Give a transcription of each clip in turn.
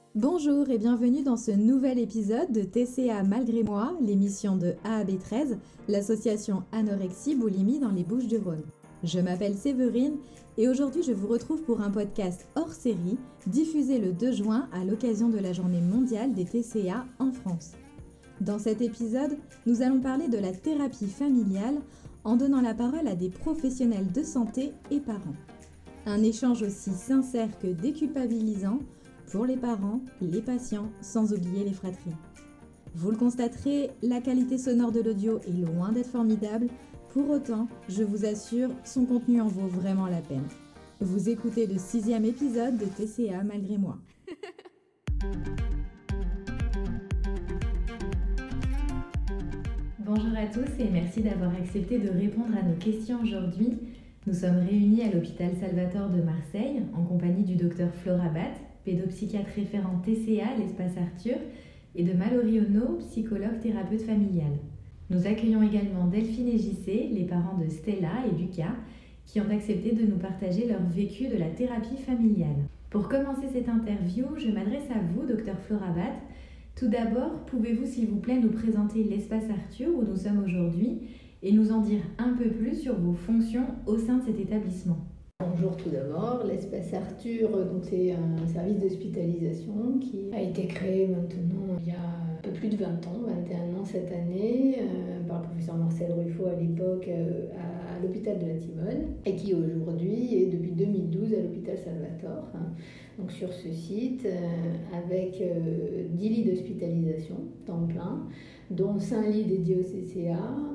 Bonjour et bienvenue dans ce nouvel épisode de TCA Malgré moi, l'émission de AAB13, l'association Anorexie Boulimie dans les Bouches-du-Rhône. Je m'appelle Séverine et aujourd'hui je vous retrouve pour un podcast hors série diffusé le 2 juin à l'occasion de la journée mondiale des TCA en France. Dans cet épisode, nous allons parler de la thérapie familiale en donnant la parole à des professionnels de santé et parents. Un échange aussi sincère que déculpabilisant pour les parents, les patients, sans oublier les fratries. Vous le constaterez, la qualité sonore de l'audio est loin d'être formidable. Pour autant, je vous assure, son contenu en vaut vraiment la peine. Vous écoutez le 6e épisode de TCA Malgré moi. Bonjour à tous et merci d'avoir accepté de répondre à nos questions aujourd'hui. Nous sommes réunis à l'hôpital Salvatore de Marseille en compagnie du docteur Flora Bat, pédopsychiatre référent TCA à l'Espace Arthur, et de Mallory Ono, psychologue thérapeute familiale. Nous accueillons également Delphine et JC, les parents de Stella et Lucas, qui ont accepté de nous partager leur vécu de la thérapie familiale. Pour commencer cette interview, je m'adresse à vous, docteur Flora Bat. Tout d'abord, pouvez-vous s'il vous plaît nous présenter l'Espace Arthur où nous sommes aujourd'hui et nous en dire un peu plus sur vos fonctions au sein de cet établissement? Bonjour tout d'abord, l'Espace Arthur, donc c'est un service d'hospitalisation qui a été créé maintenant il y a un peu plus de 20 ans, 21 ans cette année, par le professeur Marcel Ruffo à l'époque à l'hôpital de la Timone et qui aujourd'hui est depuis 2012 à l'hôpital Salvatore. Donc sur ce site avec 10 lits d'hospitalisation temps plein, dont 5 lits dédiés au CCA,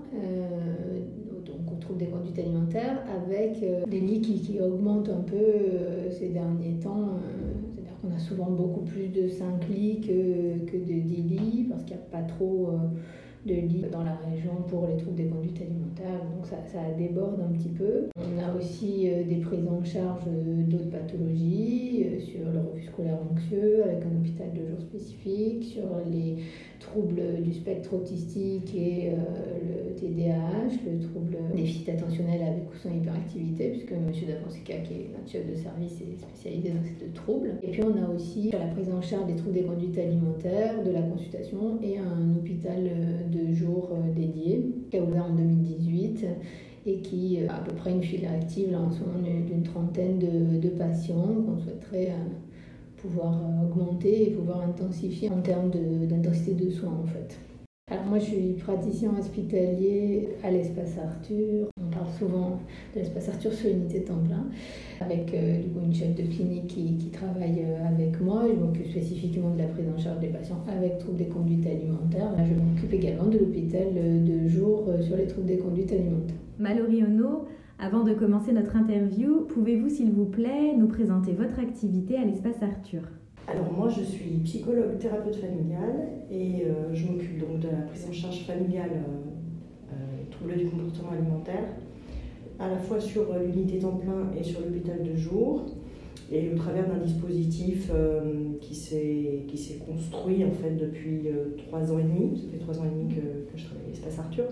donc on trouve des conduites alimentaires avec des lits qui augmentent un peu ces derniers temps. C'est-à-dire qu'on a souvent beaucoup plus de 5 lits que de 10 lits parce qu'il n'y a pas trop de lits dans la région pour les troubles des conduites alimentaires. Donc ça déborde un petit peu. On a aussi des prises en charge d'autres pathologies, sur le reflux scolaire anxieux avec un hôpital de jour spécifique, sur les troubles du spectre autistique et le TDAH, le trouble déficit attentionnel avec ou sans hyperactivité, puisque M. Dafonseca, qui est notre chef de service, est spécialisé dans ces deux troubles. Et puis on a aussi la prise en charge des troubles des conduites alimentaires, de la consultation et un hôpital de jour dédié qui a ouvert en 2018 et qui a à peu près une file active là, en ce moment d'une trentaine de patients qu'on souhaiterait pouvoir augmenter et pouvoir intensifier en termes d'intensité de soins en fait. Alors moi je suis praticien hospitalier à l'Espace Arthur. On parle souvent de l'Espace Arthur sur l'unité temps plein avec du coup une chef de clinique qui travaille avec moi. Je m'occupe spécifiquement de la prise en charge des patients avec troubles des conduites alimentaires. Là, je m'occupe également de l'hôpital de jour sur les troubles des conduites alimentaires. Mallory Ono, avant de commencer notre interview, pouvez-vous s'il vous plaît nous présenter votre activité à l'Espace Arthur? Alors moi je suis psychologue thérapeute familiale et je m'occupe donc de la prise en charge familiale troubles du comportement alimentaire, à la fois sur l'unité temps plein et sur l'hôpital de jour, et au travers d'un dispositif qui s'est construit en fait depuis 3 ans et demi. Ça fait 3 ans et demi que je travaille à l'Espace Arthur.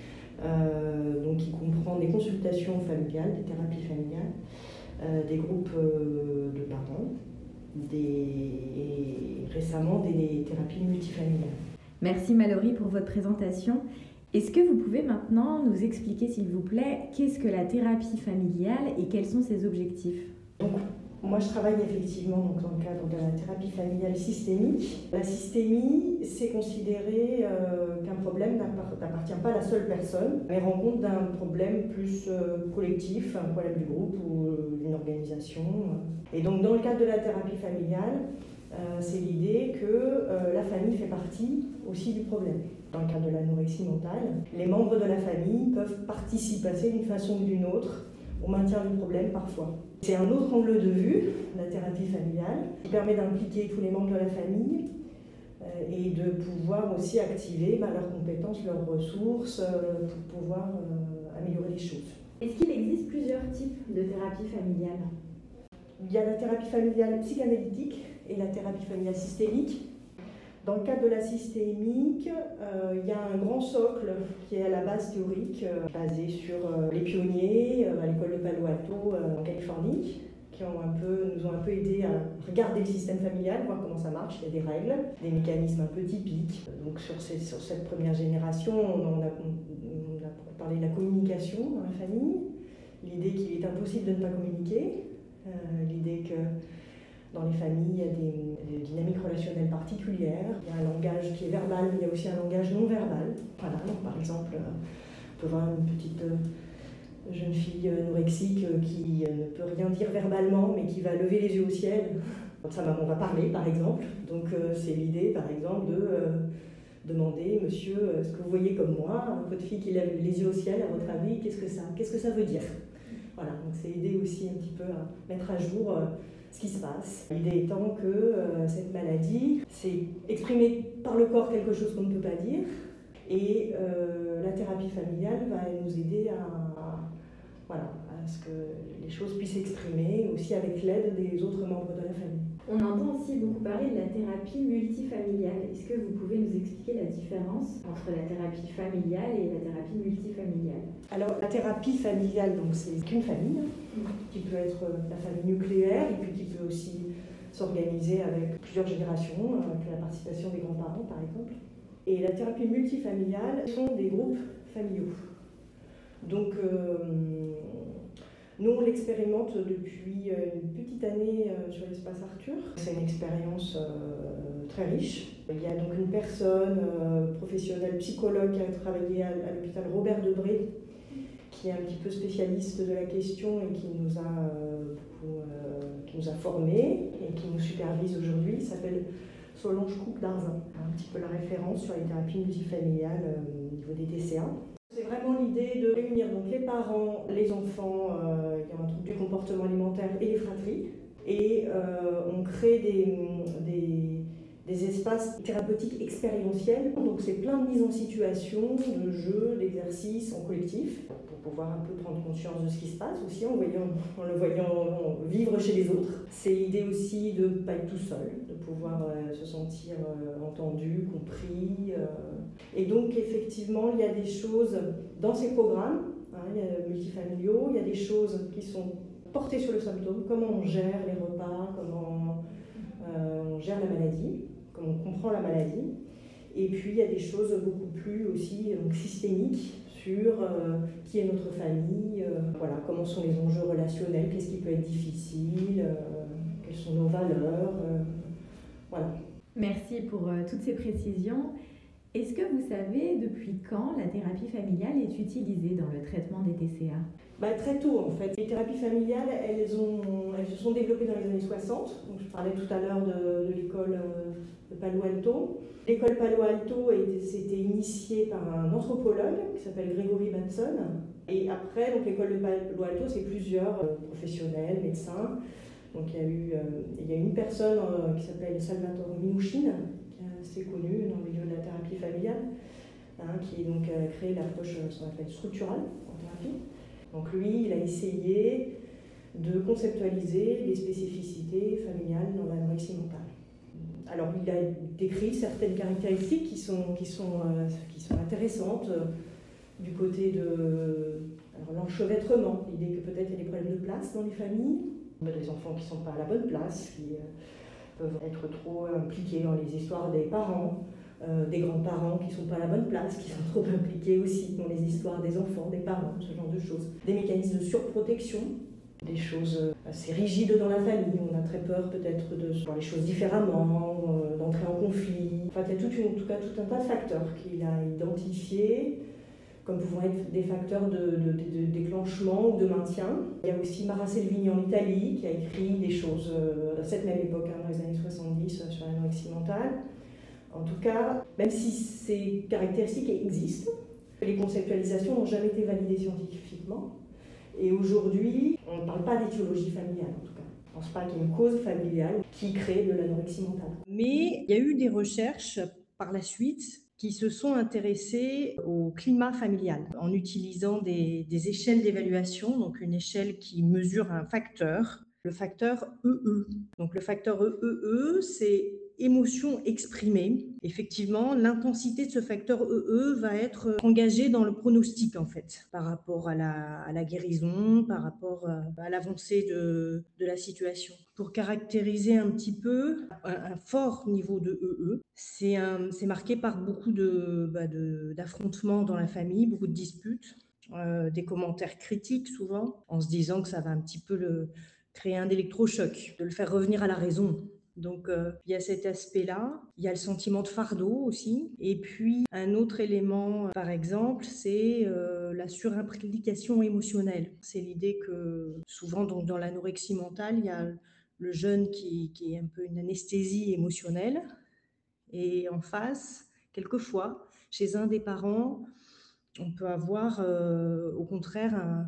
Donc qui comprend des consultations familiales, des thérapies familiales, des groupes de parents, et récemment des thérapies multifamiliales. Merci Mallory pour votre présentation. Est-ce que vous pouvez maintenant nous expliquer s'il vous plaît qu'est-ce que la thérapie familiale et quels sont ses objectifs? Donc, moi je travaille effectivement donc, dans le cadre de la thérapie familiale systémique. La systémie, c'est considérer qu'un problème n'appartient pas à la seule personne, mais rend compte d'un problème plus collectif, un problème du groupe ou d'une organisation. Et donc dans le cadre de la thérapie familiale, c'est l'idée que la famille fait partie aussi du problème. Dans le cadre de l'anorexie mentale, les membres de la famille peuvent participer d'une façon ou d'une autre au maintien du problème parfois. C'est un autre angle de vue, la thérapie familiale, qui permet d'impliquer tous les membres de la famille et de pouvoir aussi activer leurs compétences, leurs ressources pour pouvoir améliorer les choses. Est-ce qu'il existe plusieurs types de thérapie familiale? Il y a la thérapie familiale psychanalytique et la thérapie familiale systémique. Dans le cadre de la systémique, il y a un grand socle qui est à la base théorique, basé sur les pionniers à l'école de Palo Alto en Californie, nous ont un peu aidé à regarder le système familial, voir comment ça marche. Il y a des règles, des mécanismes un peu typiques. Donc sur cette première génération, on a parlé de la communication dans la famille, l'idée qu'il est impossible de ne pas communiquer, l'idée que dans les familles, il y a des dynamiques relationnelles particulières. Il y a un langage qui est verbal, mais il y a aussi un langage non verbal. Voilà, donc par exemple, on peut voir une petite jeune fille anorexique qui ne peut rien dire verbalement, mais qui va lever les yeux au ciel quand sa maman va parler, par exemple. Donc c'est l'idée, par exemple, de demander, monsieur, est-ce que vous voyez comme moi, votre fille qui lève les yeux au ciel, à votre avis, qu'est-ce que ça veut dire? Voilà, donc c'est aider aussi un petit peu à mettre à jour ce qui se passe. L'idée étant que cette maladie, c'est exprimer par le corps quelque chose qu'on ne peut pas dire, et la thérapie familiale va nous aider à ce que les choses puissent s'exprimer aussi avec l'aide des autres membres de la famille. On entend aussi beaucoup parler de la thérapie multifamiliale. Est-ce que vous pouvez nous expliquer la différence entre la thérapie familiale et la thérapie multifamiliale? Alors la thérapie familiale, donc c'est qu'une famille, qui peut être la famille nucléaire et puis qui peut aussi s'organiser avec plusieurs générations, avec la participation des grands-parents par exemple. Et la thérapie multifamiliale sont des groupes familiaux. Donc nous, on l'expérimente depuis une petite année sur l'espace Arthur. C'est une expérience très riche. Il y a donc une personne professionnelle, psychologue, qui a travaillé à l'hôpital Robert Debré, qui est un petit peu spécialiste de la question et qui nous a formés et qui nous supervise aujourd'hui. Il s'appelle Solange Coupe-Darzin, un petit peu la référence sur les thérapies multifamiliales au niveau des TCA. C'est vraiment l'idée de réunir donc les parents, les enfants qui ont un trouble du comportement alimentaire et les fratries. Et on crée des espaces thérapeutiques expérientiels. Donc c'est plein de mises en situation, de jeux, d'exercices en collectif pour pouvoir un peu prendre conscience de ce qui se passe aussi en le voyant vivre chez les autres. C'est l'idée aussi de ne pas être tout seul, de pouvoir se sentir entendu, compris. Et donc effectivement, il y a des choses dans ces programmes, il y a multifamiliaux, il y a des choses qui sont portées sur le symptôme, comment on gère les repas, comment on gère la maladie, comment on comprend la maladie. Et puis il y a des choses beaucoup plus aussi systémiques sur qui est notre famille, comment sont les enjeux relationnels, qu'est-ce qui peut être difficile, quelles sont nos valeurs. Voilà. Merci pour toutes ces précisions. Est-ce que vous savez depuis quand la thérapie familiale est utilisée dans le traitement des TCA? Très tôt en fait. Les thérapies familiales, elles se sont développées dans les années 60. Donc, je parlais tout à l'heure de l'école de Palo Alto. L'école Palo Alto s'était initiée par un anthropologue qui s'appelle Gregory Bateson. Et après, donc, l'école de Palo Alto, c'est plusieurs professionnels, médecins. Donc il y a une personne qui s'appelle Salvatore Minuchin, assez connu dans le milieu de la thérapie familiale, qui donc a créé l'approche ce qu'on appelle structurale en thérapie. Donc lui, il a essayé de conceptualiser les spécificités familiales dans l'anorexie mentale. Alors il a décrit certaines caractéristiques qui sont intéressantes du côté de l'enchevêtrement, l'idée que peut-être il y a des problèmes de place dans les familles, des enfants qui ne sont pas à la bonne place, qui peuvent être trop impliqués dans les histoires des parents, des grands-parents qui ne sont pas à la bonne place, qui sont trop impliqués aussi dans les histoires des enfants, des parents, ce genre de choses. Des mécanismes de surprotection, des choses assez rigides dans la famille, on a très peur peut-être de voir les choses différemment, d'entrer en conflit. Enfin, il y a tout un tas de facteurs qu'il a identifiés comme pouvant être des facteurs de déclenchement ou de maintien. Il y a aussi Mara Selvini en Italie qui a écrit des choses à cette même époque, dans les années 70, sur l'anorexie mentale. En tout cas, même si ces caractéristiques existent, les conceptualisations n'ont jamais été validées scientifiquement. Et aujourd'hui, on ne parle pas d'étiologie familiale, en tout cas. On ne pense pas qu'il y ait une cause familiale qui crée de l'anorexie mentale. Mais il y a eu des recherches par la suite qui se sont intéressés au climat familial en utilisant des échelles d'évaluation, donc une échelle qui mesure un facteur, le facteur EE. Donc le facteur EE, c'est émotion exprimée, effectivement, l'intensité de ce facteur EE va être engagée dans le pronostic, en fait, par rapport à la guérison, par rapport à l'avancée de la situation. Pour caractériser un petit peu un fort niveau de EE, c'est marqué par beaucoup d'affrontements dans la famille, beaucoup de disputes, des commentaires critiques souvent, en se disant que ça va un petit peu créer un électrochoc, de le faire revenir à la raison. Donc, il y a cet aspect-là. Il y a le sentiment de fardeau aussi. Et puis, un autre élément, par exemple, c'est la surimplication émotionnelle. C'est l'idée que souvent, donc, dans l'anorexie mentale, il y a le jeune qui est un peu une anesthésie émotionnelle. Et en face, quelquefois, chez un des parents, on peut avoir au contraire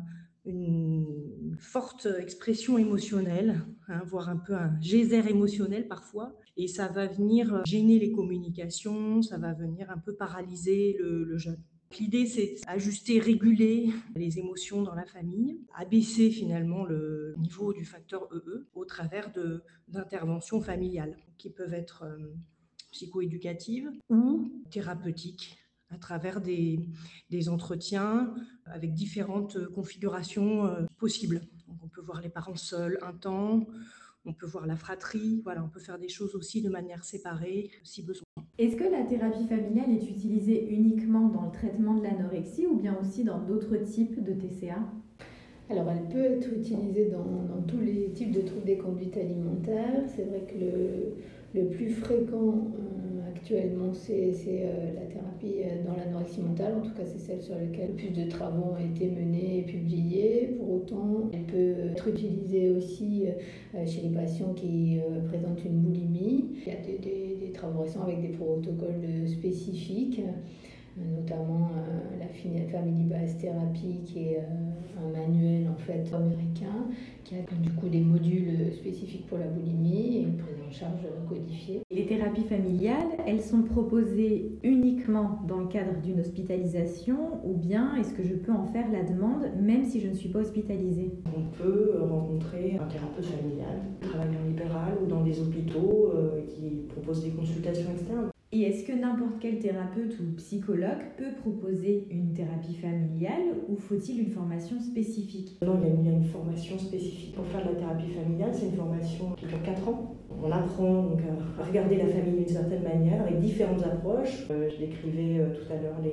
une forte expression émotionnelle, voire un peu un geyser émotionnel parfois, et ça va venir gêner les communications, ça va venir un peu paralyser le jeune. L'idée, c'est ajuster, réguler les émotions dans la famille, abaisser finalement le niveau du facteur EE au travers d'interventions familiales qui peuvent être psychoéducatives ou thérapeutiques, à travers des entretiens avec différentes configurations possibles. Donc on peut voir les parents seuls un temps, on peut voir la fratrie, voilà, on peut faire des choses aussi de manière séparée si besoin. Est-ce que la thérapie familiale est utilisée uniquement dans le traitement de l'anorexie ou bien aussi dans d'autres types de TCA ? Alors, elle peut être utilisée dans tous les types de troubles des conduites alimentaires. C'est vrai que le plus fréquent actuellement, c'est la thérapie dans l'anorexie mentale. En tout cas, c'est celle sur laquelle le plus de travaux ont été menés et publiés. Pour autant, elle peut être utilisée aussi chez les patients qui présentent une boulimie. Il y a des travaux récents avec des protocoles spécifiques, notamment la Family Based Therapy, qui est un manuel en fait américain, qui a du coup des modules spécifiques pour la boulimie et une prise en charge codifiée. Les thérapies familiales, elles sont proposées uniquement dans le cadre d'une hospitalisation ou bien est-ce que je peux en faire la demande même si je ne suis pas hospitalisée ? On peut rencontrer un thérapeute familial, qui travaille en libéral ou dans des hôpitaux qui proposent des consultations externes. Et est-ce que n'importe quel thérapeute ou psychologue peut proposer une thérapie familiale ou faut-il une formation spécifique ? Non, il y a une formation spécifique. Pour faire de la thérapie familiale, c'est une formation qui dure 4 ans. On apprend donc à regarder la famille d'une certaine manière, avec différentes approches. Je décrivais tout à l'heure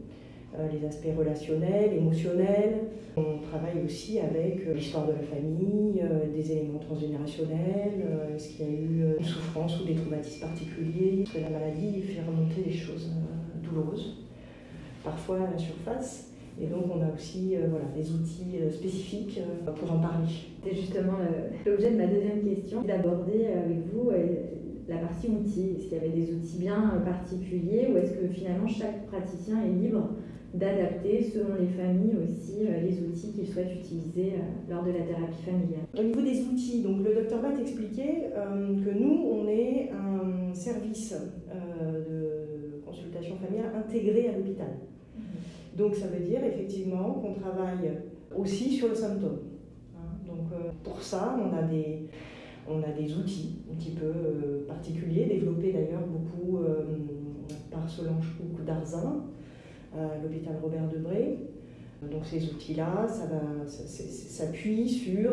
les aspects relationnels, émotionnels. On travaille aussi avec l'histoire de la famille, des éléments transgénérationnels, est-ce qu'il y a eu une souffrance ou des traumatismes particuliers. Parce que la maladie fait remonter des choses douloureuses, parfois à la surface. Et donc on a aussi des outils spécifiques pour en parler. C'est justement l'objet de ma deuxième question, d'aborder avec vous la partie outils. Est-ce qu'il y avait des outils bien particuliers ou est-ce que finalement chaque praticien est libre d'adapter selon les familles aussi les outils qu'ils souhaitent utiliser lors de la thérapie familiale? Au niveau des outils, donc le Dr Batt expliquait que nous, on est un service de consultation familiale intégré à l'hôpital. Donc ça veut dire effectivement qu'on travaille aussi sur le symptôme. Donc pour ça, on a des outils un petit peu particuliers, développés d'ailleurs beaucoup par Solange Coucou-Darzin, à l'hôpital Robert Debré. Donc ces outils-là, ça s'appuie sur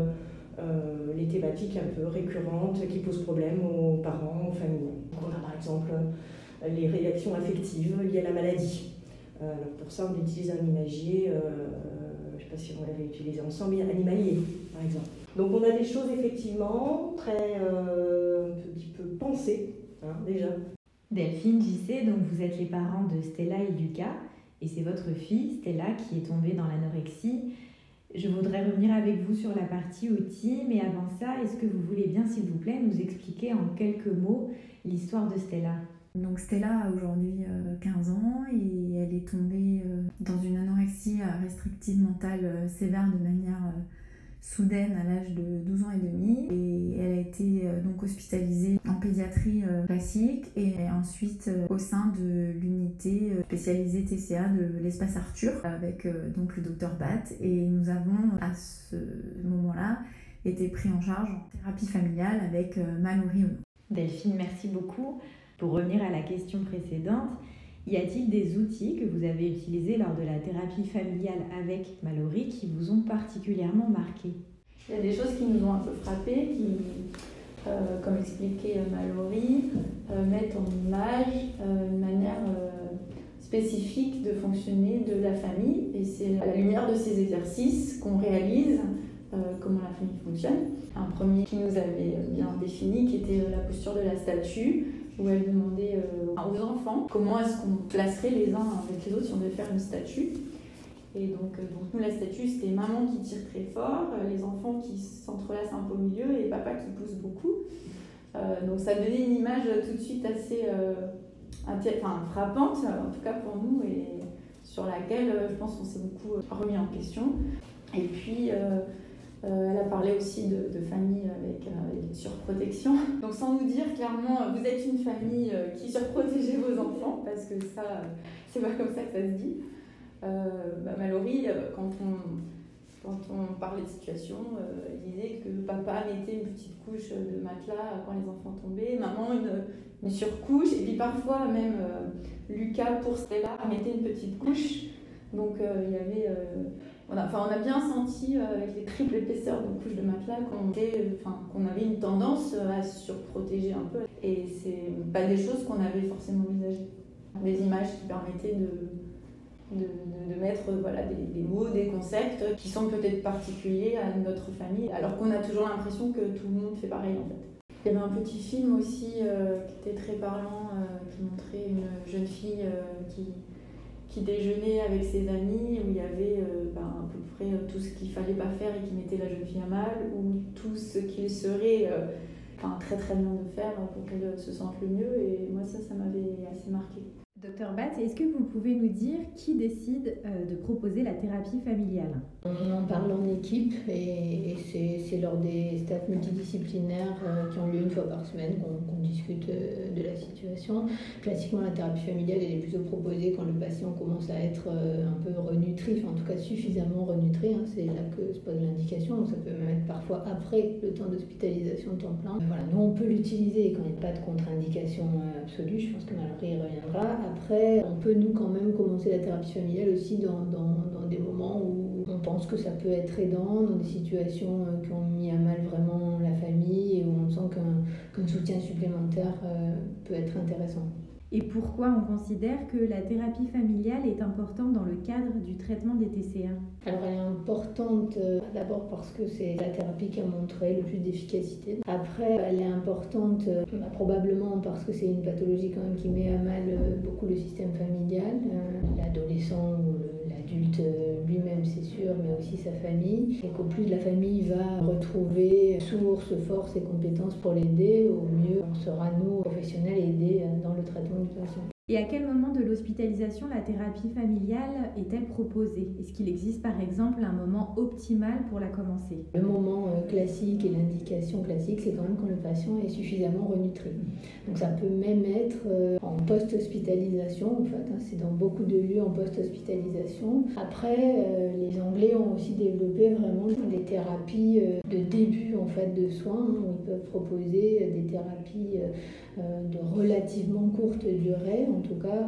les thématiques un peu récurrentes qui posent problème aux parents, aux familles. Donc on a par exemple les réactions affectives liées à la maladie. Alors pour ça, on utilise un imagier, je ne sais pas si on l'avait utilisé ensemble, animalier par exemple. Donc on a des choses effectivement très un petit peu pensées déjà. Delphine, JC, donc vous êtes les parents de Stella et Lucas, et c'est votre fille, Stella, qui est tombée dans l'anorexie. Je voudrais revenir avec vous sur la partie outils, mais avant ça, est-ce que vous voulez bien, s'il vous plaît, nous expliquer en quelques mots l'histoire de Stella ? Donc Stella a aujourd'hui 15 ans et elle est tombée dans une anorexie restrictive mentale sévère de manière soudaine à l'âge de 12 ans et demi, et elle a été donc hospitalisée en pédiatrie classique et ensuite au sein de l'unité spécialisée TCA de l'espace Arthur avec donc le Dr Batt, et nous avons à ce moment-là été pris en charge en thérapie familiale avec Mallory Ono. Delphine, merci beaucoup. Pour revenir à la question précédente, y a-t-il des outils que vous avez utilisés lors de la thérapie familiale avec Mallory qui vous ont particulièrement marqué? Il y a des choses qui nous ont un peu frappés, qui, comme expliquait Mallory, mettent en image une manière spécifique de fonctionner de la famille. Et c'est à la lumière de ces exercices qu'on réalise comment la famille fonctionne. Un premier qui nous avait bien défini, qui était la posture de la statue, où elle demandait aux enfants comment est-ce qu'on placerait les uns avec les autres si on devait faire une statue. Et donc nous, la statue, c'était maman qui tire très fort, les enfants qui s'entrelacent un peu au milieu et papa qui pousse beaucoup. Donc ça donnait une image tout de suite assez frappante, en tout cas pour nous, et sur laquelle je pense qu'on s'est beaucoup remis en question. Et puis elle a parlé aussi de famille avec une surprotection. Donc sans nous dire clairement, vous êtes une famille qui surprotégez vos enfants, parce que ça, c'est pas comme ça que ça se dit. Mallory, quand on parlait de situation, elle disait que papa mettait une petite couche de matelas quand les enfants tombaient, maman une surcouche, et puis parfois même Lucas pour Stella mettait une petite couche. Donc il y avait... on a bien senti avec les triples épaisseurs de couches de matelas qu'on avait une tendance à se surprotéger un peu. Et c'est pas des choses qu'on avait forcément envisagées. Des images qui permettaient de mettre des mots, des concepts qui sont peut-être particuliers à notre famille, alors qu'on a toujours l'impression que tout le monde fait pareil en fait. Il y avait un petit film aussi qui était très parlant, qui montrait une jeune fille qui déjeunait avec ses amis, où il y avait à peu près tout ce qu'il fallait pas faire et qui mettait la jeune fille à mal, ou tout ce qu'il serait très très bien de faire pour qu'elle se sente le mieux. Et moi ça m'avait assez marqué. Docteur Batz, est-ce que vous pouvez nous dire qui décide de proposer la thérapie familiale? On en parle en équipe et c'est lors des staffs multidisciplinaires qui ont lieu une fois par semaine qu'on discute de la situation. Classiquement, la thérapie familiale elle est plutôt proposée quand le patient commence à être un peu renutri, en tout cas suffisamment renutri. C'est là que se pose l'indication, donc ça peut même être parfois après le temps d'hospitalisation temps plein. Nous on peut l'utiliser quand il n'y a pas de contre-indication absolue, je pense que Mallory y reviendra. Après, on peut nous quand même commencer la thérapie familiale aussi dans des moments où on pense que ça peut être aidant, dans des situations qui ont mis à mal vraiment la famille et où on sent qu'un soutien supplémentaire peut être intéressant. Et pourquoi on considère que la thérapie familiale est importante dans le cadre du traitement des TCA? Alors elle est importante d'abord parce que c'est la thérapie qui a montré le plus d'efficacité. Après elle est importante probablement parce que c'est une pathologie quand même qui met à mal beaucoup le système familial, l'adolescent ou l'adulte lui-même c'est sûr, mais aussi sa famille. Et qu'au plus la famille va retrouver source, force et compétences pour l'aider, au mieux on sera nous professionnels aidés dans le traitement du patient. Et à quel moment de l'hospitalisation la thérapie familiale est-elle proposée? Est-ce qu'il existe par exemple un moment optimal pour la commencer? Le moment classique et l'indication classique, c'est quand même quand le patient est suffisamment renutri. Donc ça peut même être en post-hospitalisation, en fait, c'est dans beaucoup de lieux en post-hospitalisation. Après, les Anglais ont aussi développé vraiment des thérapies de début en fait, de soins, où ils peuvent proposer des thérapies de relativement courte durée, en tout cas,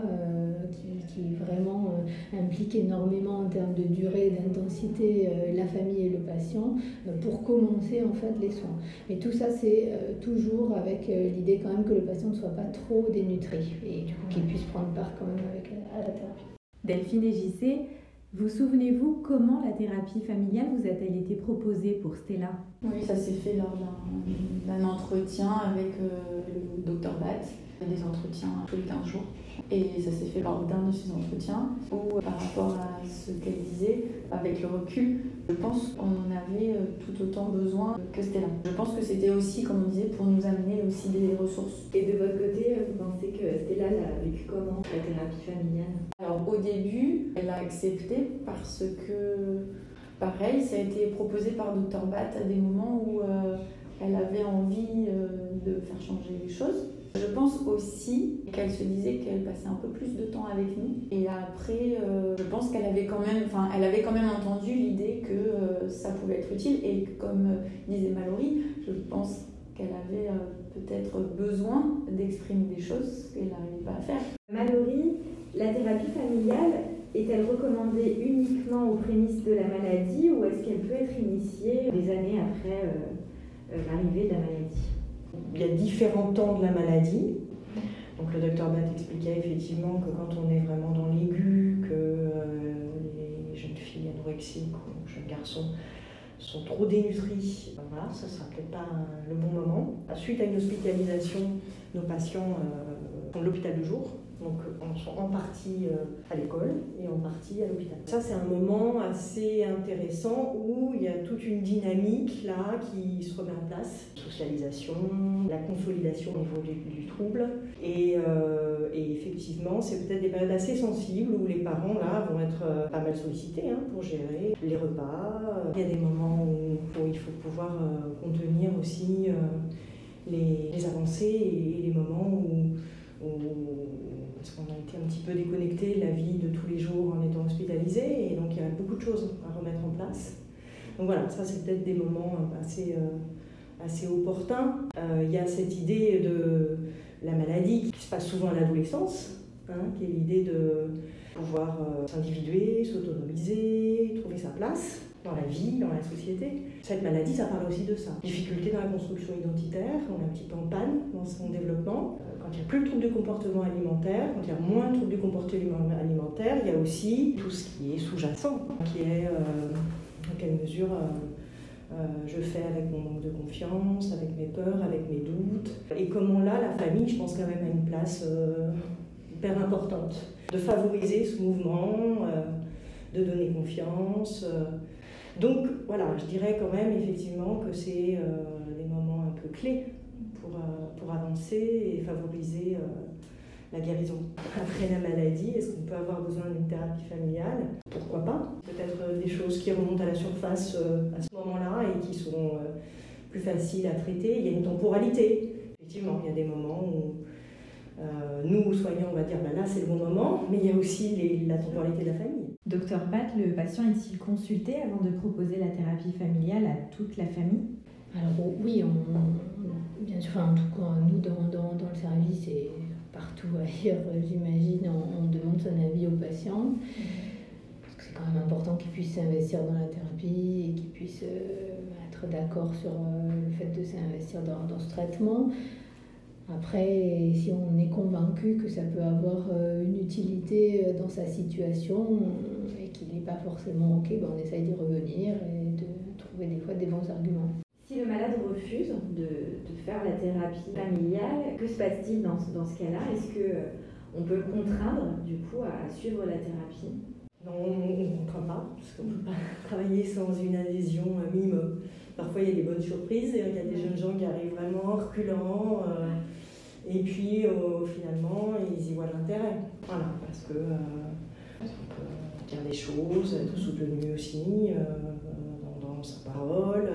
qui vraiment impliquent énormément en termes de durée et d'intensité la famille et le patient pour commencer en fait les soins. Mais tout ça c'est toujours avec l'idée quand même que le patient ne soit pas trop dénutri et du coup qu'il puisse prendre part quand même à la thérapie. Delphine et JC, vous souvenez-vous comment la thérapie familiale vous a-t-elle été proposée pour Stella? Oui, ça s'est fait lors d'un entretien avec le docteur Batz. Il y a des entretiens tous les 15 jours. Et ça s'est fait lors d'un de ces entretiens où, par rapport à ce qu'elle disait, avec le recul, je pense qu'on avait tout autant besoin que Stella. Je pense que c'était aussi, comme on disait, pour nous amener aussi des ressources. Et de votre côté, vous pensez que Stella l'a vécu comment, la thérapie familiale? Alors au début, elle a accepté parce que, pareil, ça a été proposé par Dr Bat à des moments où elle avait envie de faire changer les choses. Je pense aussi qu'elle se disait qu'elle passait un peu plus de temps avec nous. Et après, je pense qu'elle avait quand même entendu l'idée que ça pouvait être utile. Et comme disait Mallory, je pense qu'elle avait peut-être besoin d'exprimer des choses qu'elle n'arrive pas à faire. Mallory, la thérapie familiale est-elle recommandée uniquement aux prémices de la maladie ou est-ce qu'elle peut être initiée des années après l'arrivée de la maladie? Il y a différents temps de la maladie. Donc le docteur Batt expliquait effectivement que quand on est vraiment dans l'aigu, que les jeunes filles anorexiques ou jeunes garçons sont trop dénutris, voilà, ça ne sera peut-être pas le bon moment. Suite à une hospitalisation, nos patients font de l'hôpital de jour. Donc, on sont en partie à l'école et en partie à l'hôpital. Ça, c'est un moment assez intéressant où il y a toute une dynamique là qui se remet en place. Socialisation, la consolidation au niveau du trouble. Et effectivement, c'est peut-être des périodes assez sensibles où les parents là vont être pas mal sollicités pour gérer les repas. Il y a des moments où il faut pouvoir contenir aussi les avancées et les moments où parce qu'on a été un petit peu déconnecté de la vie de tous les jours en étant hospitalisé, et donc il y a beaucoup de choses à remettre en place. Donc voilà, ça c'est peut-être des moments assez opportuns. Il y a cette idée de la maladie qui se passe souvent à l'adolescence, qui est l'idée de pouvoir s'individuer, s'autonomiser, trouver sa place dans la vie, dans la société. Cette maladie, ça parle aussi de ça. Difficulté dans la construction identitaire, on est un petit peu en panne dans son développement. Quand il n'y a plus le trouble du comportement alimentaire, quand il y a moins de troubles du comportement alimentaire, il y a aussi tout ce qui est sous-jacent, qui est dans quelle mesure je fais avec mon manque de confiance, avec mes peurs, avec mes doutes. Et comment là, la famille, je pense quand même a une place hyper importante de favoriser ce mouvement, de donner confiance. Donc voilà, je dirais quand même effectivement que c'est des moments un peu clés pour avancer et favoriser la guérison. Après la maladie, est-ce qu'on peut avoir besoin d'une thérapie familiale? Pourquoi pas? Peut-être des choses qui remontent à la surface à ce moment-là et qui sont plus faciles à traiter. Il y a une temporalité. Effectivement, il y a des moments où nous, soignants, on va dire là c'est le bon moment, mais il y a aussi la temporalité de la famille. Docteur Batt, le patient est-il consulté avant de proposer la thérapie familiale à toute la famille? Alors oui, bien sûr, en tout cas, nous dans le service et partout ailleurs, j'imagine, on demande son avis aux patients. Parce que c'est quand même important qu'ils puissent s'investir dans la thérapie et qu'ils puissent être d'accord sur le fait de s'investir dans ce traitement. Après, si on est convaincu que ça peut avoir une utilité dans sa situation et qu'il n'est pas forcément OK, on essaye d'y revenir et de trouver des fois des bons arguments. Si le malade refuse de faire la thérapie familiale, que se passe-t-il dans ce cas-là? Est-ce qu'on peut le contraindre du coup à suivre la thérapie? Non, on ne contraint pas, parce qu'on ne peut pas travailler sans une adhésion minimum. Parfois, il y a des bonnes surprises, il y a des jeunes gens qui arrivent vraiment reculants, et puis finalement, ils y voient l'intérêt. Voilà, parce que on peut dire des choses, être soutenu aussi dans sa parole.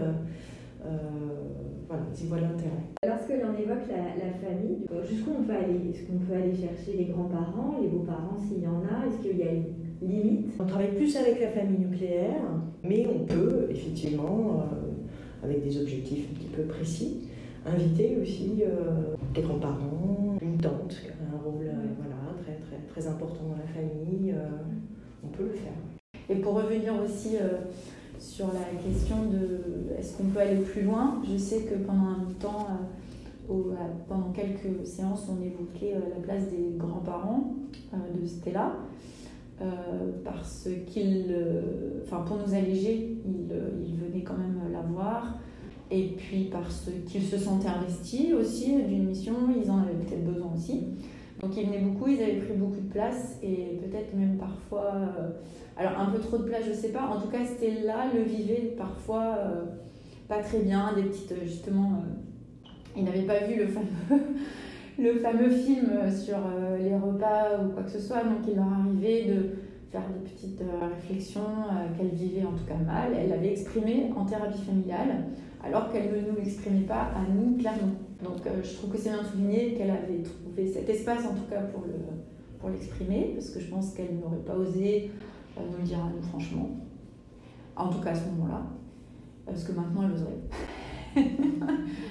Voilà, ils y voient l'intérêt. Lorsque l'on évoque la famille, jusqu'où on peut aller? Est-ce qu'on peut aller chercher les grands-parents, les beaux-parents s'il y en a? Est-ce qu'il y a une limite? On travaille plus avec la famille nucléaire, mais on peut effectivement, avec des objectifs un petit peu précis, inviter aussi des grands-parents, une tante qui a un rôle très, très, très important dans la famille. On peut le faire. Et pour revenir aussi sur la question de est-ce qu'on peut aller plus loin, je sais que pendant un temps, pendant quelques séances, on évoquait la place des grands-parents de Stella, parce pour nous alléger, ils venaient quand même la voir, et puis parce qu'ils se sentaient investis aussi d'une mission, ils en avaient peut-être besoin aussi. Donc ils venaient beaucoup, ils avaient pris beaucoup de place, et peut-être même parfois, alors un peu trop de place, je sais pas, en tout cas Stella le vivait parfois pas très bien, des petites, justement, ils n'avaient pas vu le fameux film sur les repas ou quoi que ce soit, donc il leur arrivait de faire des petites réflexions qu'elle vivait en tout cas mal. Elle l'avait exprimé en thérapie familiale, alors qu'elle ne nous l'exprimait pas à nous clairement. Donc je trouve que c'est bien souligné qu'elle avait trouvé cet espace en tout cas pour l'exprimer, parce que je pense qu'elle n'aurait pas osé nous le dire à nous franchement, en tout cas à ce moment-là, parce que maintenant elle oserait. Parce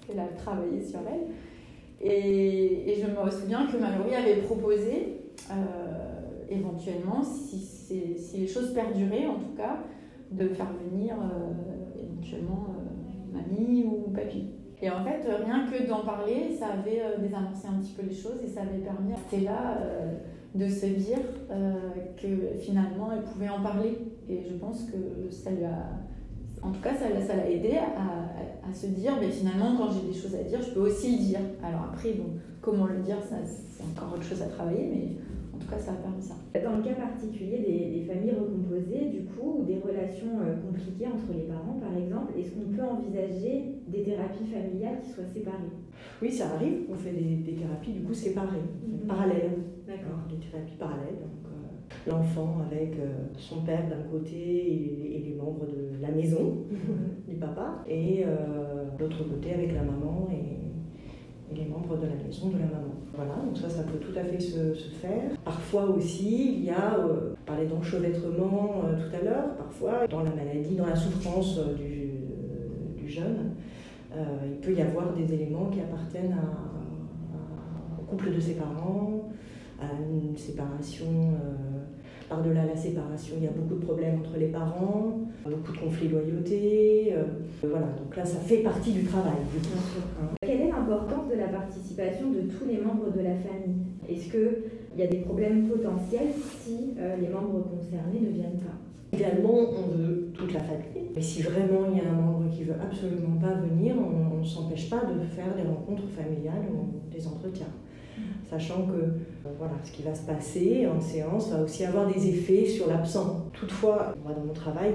Elle a travaillé sur elle. Et je me souviens que Mallory avait proposé, éventuellement, si les choses perduraient en tout cas, de faire venir éventuellement mamie ou papy. Et en fait, rien que d'en parler, ça avait désamorcé un petit peu les choses et ça avait permis à Stella de se dire que finalement elle pouvait en parler. Et je pense que ça lui a... En tout cas, ça l'a aidé à se dire, mais finalement, quand j'ai des choses à dire, je peux aussi le dire. Alors après, bon, comment le dire, ça, c'est encore autre chose à travailler, mais en tout cas, ça a permis ça. Dans le cas particulier des familles recomposées, du coup, ou des relations compliquées entre les parents, par exemple, est-ce qu'on peut envisager des thérapies familiales qui soient séparées? Oui, ça arrive, on fait des thérapies du coup séparées, parallèles. D'accord. Des thérapies parallèles. Donc, l'enfant avec son père d'un côté et les membres de la maison du papa, et l'autre côté avec la maman et les membres de la maison de la maman. Voilà, donc ça peut tout à fait se faire. Parfois aussi, il y a, on parlait d'enchevêtrement tout à l'heure, parfois dans la maladie, dans la souffrance du jeune, il peut y avoir des éléments qui appartiennent au couple de ses parents, à une séparation. Par-delà la séparation, il y a beaucoup de problèmes entre les parents, beaucoup de conflits de loyauté. Voilà, donc là, ça fait partie du travail. Quelle est l'importance de la participation de tous les membres de la famille? Est-ce qu'il y a des problèmes potentiels si les membres concernés ne viennent pas? Idéalement, on veut toute la famille. Mais si vraiment il y a un membre qui ne veut absolument pas venir, on ne s'empêche pas de faire des rencontres familiales ou des entretiens. Sachant que voilà, ce qui va se passer en séance va aussi avoir des effets sur l'absent. Toutefois, moi dans mon travail,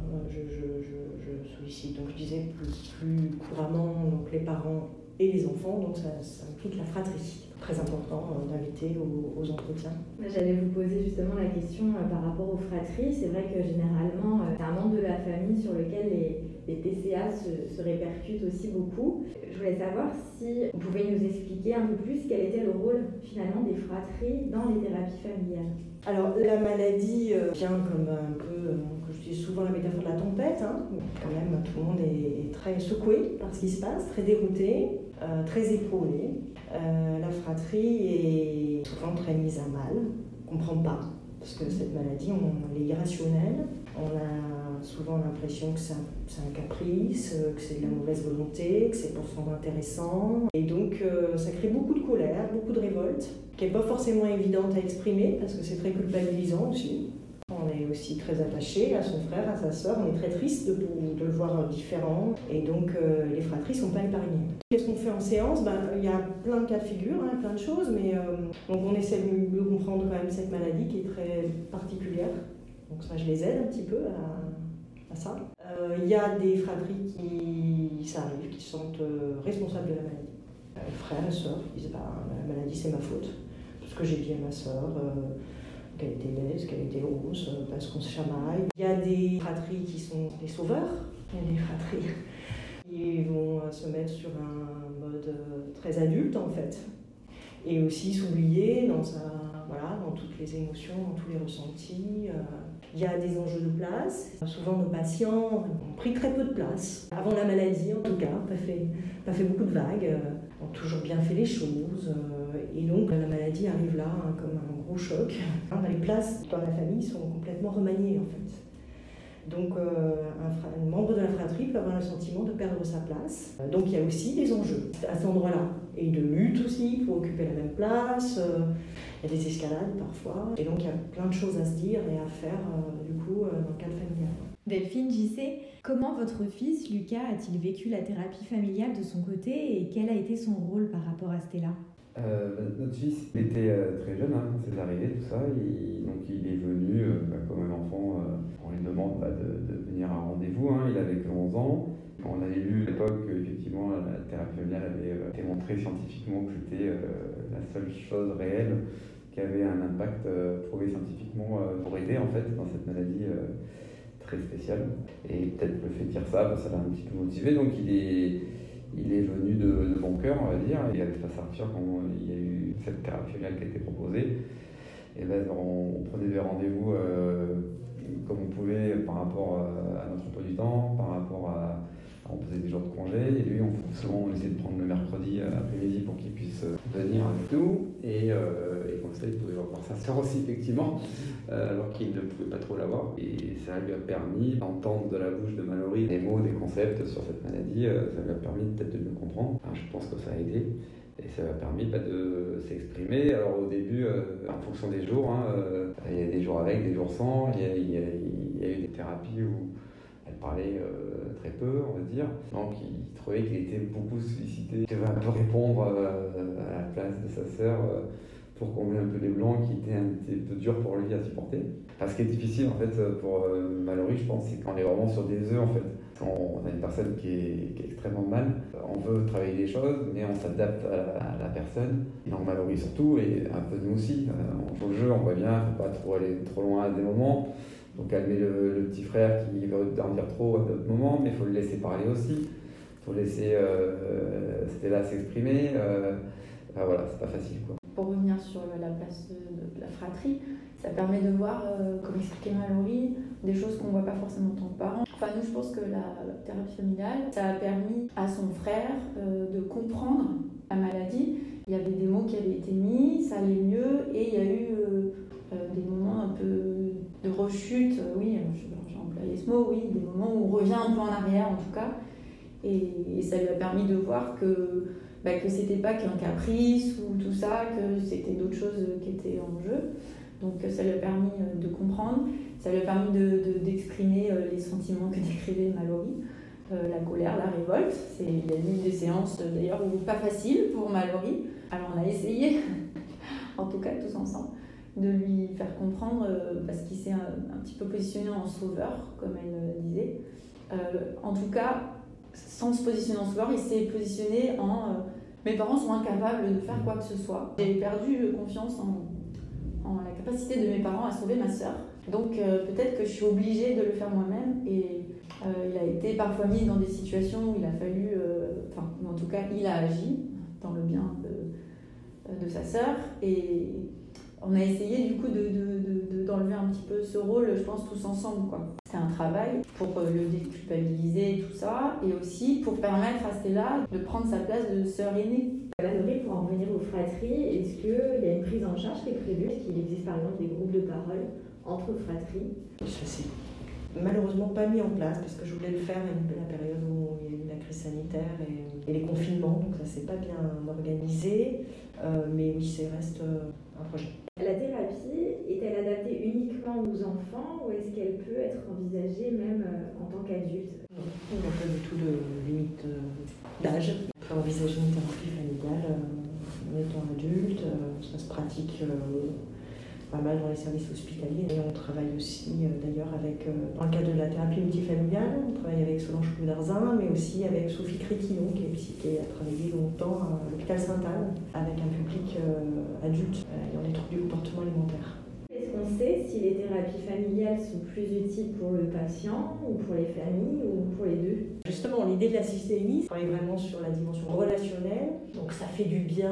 je sollicite, donc je disais plus couramment donc les parents et les enfants, donc ça implique la fratrie. Très important d'inviter aux entretiens. J'allais vous poser justement la question par rapport aux fratries. C'est vrai que généralement, c'est un membre de la famille sur lequel les TCA se répercutent aussi beaucoup. Je voulais savoir si vous pouvez nous expliquer un peu plus quel était le rôle finalement des fratries dans les thérapies familiales. Alors la maladie vient comme un peu, que je dis souvent la métaphore de la tempête, hein. Quand même tout le monde est très secoué par ce qui se passe, très dérouté, très épaulé. La fratrie est souvent très mise à mal, on ne comprend pas, parce que cette maladie, elle est irrationnelle, on a souvent l'impression que c'est un caprice, que c'est de la mauvaise volonté, que c'est pour se rendre intéressant, et donc ça crée beaucoup de colère, beaucoup de révolte, qui n'est pas forcément évidente à exprimer, parce que c'est très culpabilisant aussi. On est aussi très attaché à son frère, à sa sœur, on est très triste de le voir différent, et donc les fratries ne sont pas épargnées. Qu'est-ce qu'on fait en séance? Il y a plein de cas de figure, plein de choses, mais donc on essaie de mieux comprendre quand même cette maladie qui est très particulière. Donc ça, je les aide un petit peu à ça. Il y a des fratries ça arrive, qui se sentent responsables de la maladie. Frères et sœurs qui disent la maladie c'est ma faute, parce que j'ai dit à ma sœur qu'elle était laide, qu'elle était grosse, parce qu'on se chamaille. Il y a des fratries qui sont des sauveurs, il y a des fratries qui vont se mettre sur un mode très adulte en fait, et aussi s'oublier dans toutes les émotions, dans tous les ressentis. Il y a des enjeux de place. Souvent nos patients ont pris très peu de place, avant la maladie en tout cas, pas fait beaucoup de vagues, ont toujours bien fait les choses. Et donc la maladie arrive là comme un gros choc. Les places dans la famille sont complètement remaniées en fait. Donc un membre de la fratrie peut avoir le sentiment de perdre sa place. Donc il y a aussi des enjeux à cet endroit-là. Et de lutte aussi pour occuper la même place. Il y a des escalades parfois. Et donc il y a plein de choses à se dire et à faire du coup dans le cadre familial. Delphine, JC, comment votre fils Lucas a-t-il vécu la thérapie familiale de son côté et quel a été son rôle par rapport à Stella? Notre fils était très jeune quand c'est arrivé tout ça, donc il est venu comme un enfant, on lui demande de venir à un rendez-vous, il avait que 11 ans. On avait lu à l'époque qu'effectivement la thérapie familiale avait démontré scientifiquement que c'était la seule chose réelle qui avait un impact prouvé scientifiquement pour aider en fait dans cette maladie très spéciale. Et peut-être le fait de dire ça, ça l'a un petit peu motivé, donc il est venu de bon cœur, on va dire, et avec la sortir quand il y a eu cette thérapie familiale qui a été proposée. Et on prenait des rendez-vous comme on pouvait par rapport à notre emploi du temps, par rapport à On faisait des jours de congé et lui, souvent on essayait de prendre le mercredi après-midi pour qu'il puisse venir avec nous. Et comme ça, il pouvait voir sa sœur aussi, effectivement, alors qu'il ne pouvait pas trop la voir. Et ça lui a permis d'entendre de la bouche de Mallory des mots, des concepts sur cette maladie. Ça lui a permis peut-être de mieux comprendre. Enfin, je pense que ça a aidé. Et ça lui a permis de s'exprimer. Alors au début, en fonction des jours, il y a des jours avec, des jours sans. Il y a eu des thérapies où elle parlait très peu, on va dire. Donc il trouvait qu'il était beaucoup sollicité. Il devait un peu répondre à la place de sa sœur pour combler un peu les blancs qui étaient un petit peu durs pour lui à supporter. Enfin, ce qui est difficile en fait pour Mallory, je pense, c'est quand on est vraiment sur des œufs en fait. Quand on a une personne qui est extrêmement mal, on veut travailler des choses, mais on s'adapte à la personne. Et donc Mallory surtout, et un peu nous aussi. On joue le jeu, on voit bien, il ne faut pas trop aller trop loin à des moments. Donc calmer le petit frère qui veut en dire trop à d'autres moments, mais il faut le laisser parler aussi. Il faut laisser Stella s'exprimer. Voilà, c'est pas facile, quoi. Pour revenir sur la place de la fratrie, ça permet de voir, comme expliquait Mallory, des choses qu'on ne voit pas forcément en tant que parents. Enfin, nous, je pense que la thérapie familiale, ça a permis à son frère de comprendre la maladie. Il y avait des mots qui avaient été mis, ça allait mieux, et il y a eu des moments un peu de rechute, oui, j'ai employé ce mot, oui, des moments où on revient un peu en arrière en tout cas, et ça lui a permis de voir que c'était pas qu'un caprice ou tout ça, que c'était d'autres choses qui étaient en jeu. Donc ça lui a permis de comprendre, ça lui a permis d'exprimer les sentiments que décrivait Mallory, la colère, la révolte. Il y a eu des séances d'ailleurs pas faciles pour Mallory. Alors on a essayé, en tout cas tous ensemble, de lui faire comprendre, parce qu'il s'est un petit peu positionné en sauveur, comme elle disait. En tout cas, sans se positionner en sauveur, il s'est positionné en mes parents sont incapables de faire quoi que ce soit. J'ai perdu confiance en la capacité de mes parents à sauver ma sœur. Donc peut-être que je suis obligée de le faire moi-même. Et il a été parfois mis dans des situations où il a fallu, en tout cas, il a agi dans le bien de sa sœur. Et on a essayé du coup d'enlever un petit peu ce rôle, je pense, tous ensemble, quoi. C'est un travail pour le déculpabiliser, tout ça, et aussi pour permettre à Stella de prendre sa place de sœur aînée. Mallory, pour en revenir aux fratries, est-ce qu'il y a une prise en charge qui est prévue? Est-ce qu'il existe par exemple des groupes de parole entre fratries? Ça s'est malheureusement pas mis en place parce que je voulais le faire à la période où il y a eu la crise sanitaire et les confinements, donc ça s'est pas bien organisé, mais oui, ça reste un projet. La thérapie est-elle adaptée uniquement aux enfants ou est-ce qu'elle peut être envisagée même en tant qu'adulte? Non, il n'y a pas du tout de limite d'âge. On peut envisager une thérapie familiale en étant adulte, ça se pratique pas mal dans les services hospitaliers. Et on travaille aussi d'ailleurs avec, dans le cadre de la thérapie multifamiliale, on travaille avec Solange Coudarzin, mais aussi avec Sophie Créquillon, qui a travaillé longtemps à l'hôpital Sainte-Anne, avec un public adulte dans les troubles du comportement alimentaire. Est-ce qu'on sait si les thérapies familiales sont plus utiles pour le patient ou pour les familles ou pour les deux? Justement, l'idée de la systémie, on travaille vraiment sur la dimension relationnelle, donc ça fait du bien,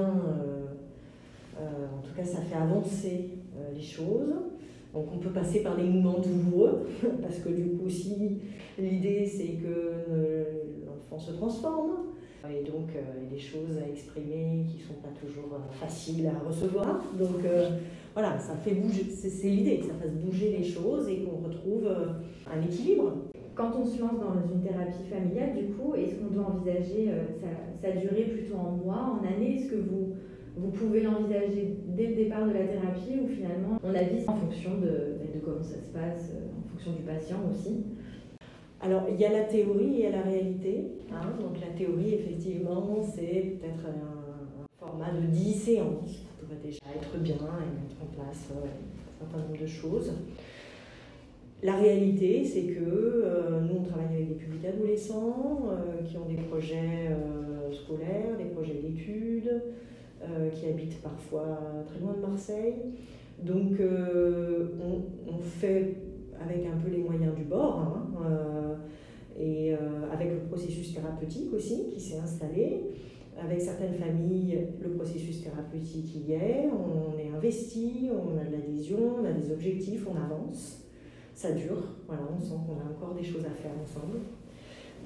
en tout cas ça fait avancer les choses. Donc on peut passer par des moments douloureux, parce que du coup aussi l'idée c'est que l'enfant se transforme, et donc il y a des choses à exprimer qui ne sont pas toujours faciles à recevoir. Donc voilà, ça fait bouger, c'est l'idée, que ça fasse bouger les choses et qu'on retrouve un équilibre. Quand on se lance dans une thérapie familiale, du coup, est-ce qu'on doit envisager sa durée plutôt en mois, en années? Est-ce que vous pouvez l'envisager dès le départ de la thérapie ou finalement on avise en fonction de comment ça se passe, en fonction du patient aussi? Alors il y a la théorie et la réalité. Donc la théorie effectivement c'est peut-être un format de 10 séances qui pourrait déjà être bien et mettre en place un certain nombre de choses. La réalité, c'est que nous, on travaille avec des publics adolescents qui ont des projets scolaires, des projets d'études, qui habitent parfois très loin de Marseille. Donc, on fait avec un peu les moyens du bord, et avec le processus thérapeutique aussi qui s'est installé. Avec certaines familles, le processus thérapeutique y est, on est investi, on a de l'adhésion, on a des objectifs, on avance. Ça dure, voilà, on sent qu'on a encore des choses à faire ensemble.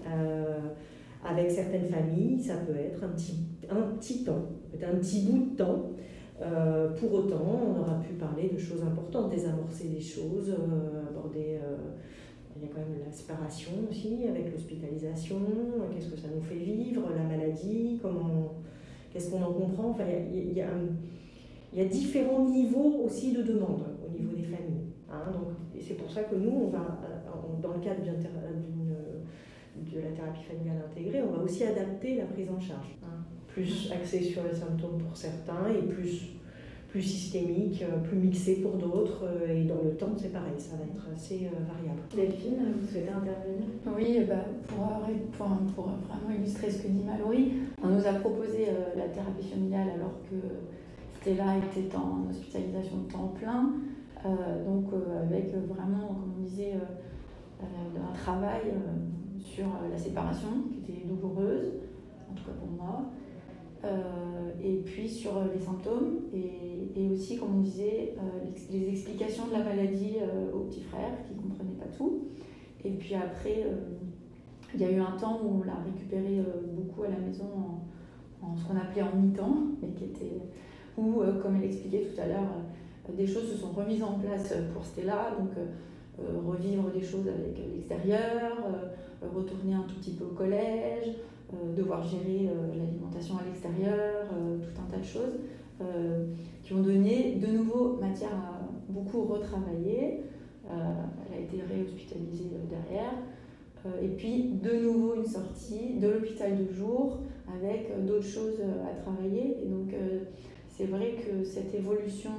Avec certaines familles, ça peut être un petit temps, peut-être un petit bout de temps. Pour autant, on aura pu parler de choses importantes, désamorcer des choses, aborder... il y a quand même la séparation aussi, avec l'hospitalisation, qu'est-ce que ça nous fait vivre, la maladie, qu'est-ce qu'on en comprend. Enfin, il y a différents niveaux aussi de demande au niveau des familles. Donc, et c'est pour ça que nous, on va, dans le cadre de la thérapie familiale intégrée, on va aussi adapter la prise en charge. Plus axé sur les symptômes pour certains et plus systémique, plus mixé pour d'autres. Et dans le temps, c'est pareil, ça va être assez variable. Delphine, vous souhaitez intervenir ? Oui, pour vraiment illustrer ce que dit Mallory, on nous a proposé la thérapie familiale alors que Stella était en hospitalisation de temps plein. Avec vraiment, comme on disait, un travail sur la séparation qui était douloureuse, en tout cas pour moi, et puis sur les symptômes et aussi, comme on disait, les explications de la maladie au petit frère qui ne comprenait pas tout. Et puis après, il y a eu un temps où on l'a récupéré beaucoup à la maison en ce qu'on appelait en mi-temps, mais où, comme elle expliquait tout à l'heure, des choses se sont remises en place pour Stella, donc revivre des choses avec l'extérieur, retourner un tout petit peu au collège, devoir gérer l'alimentation à l'extérieur, tout un tas de choses qui ont donné de nouveau matière à beaucoup retravailler. Elle a été réhospitalisée derrière. Et puis de nouveau une sortie de l'hôpital de jour avec d'autres choses à travailler. Et donc c'est vrai que cette évolution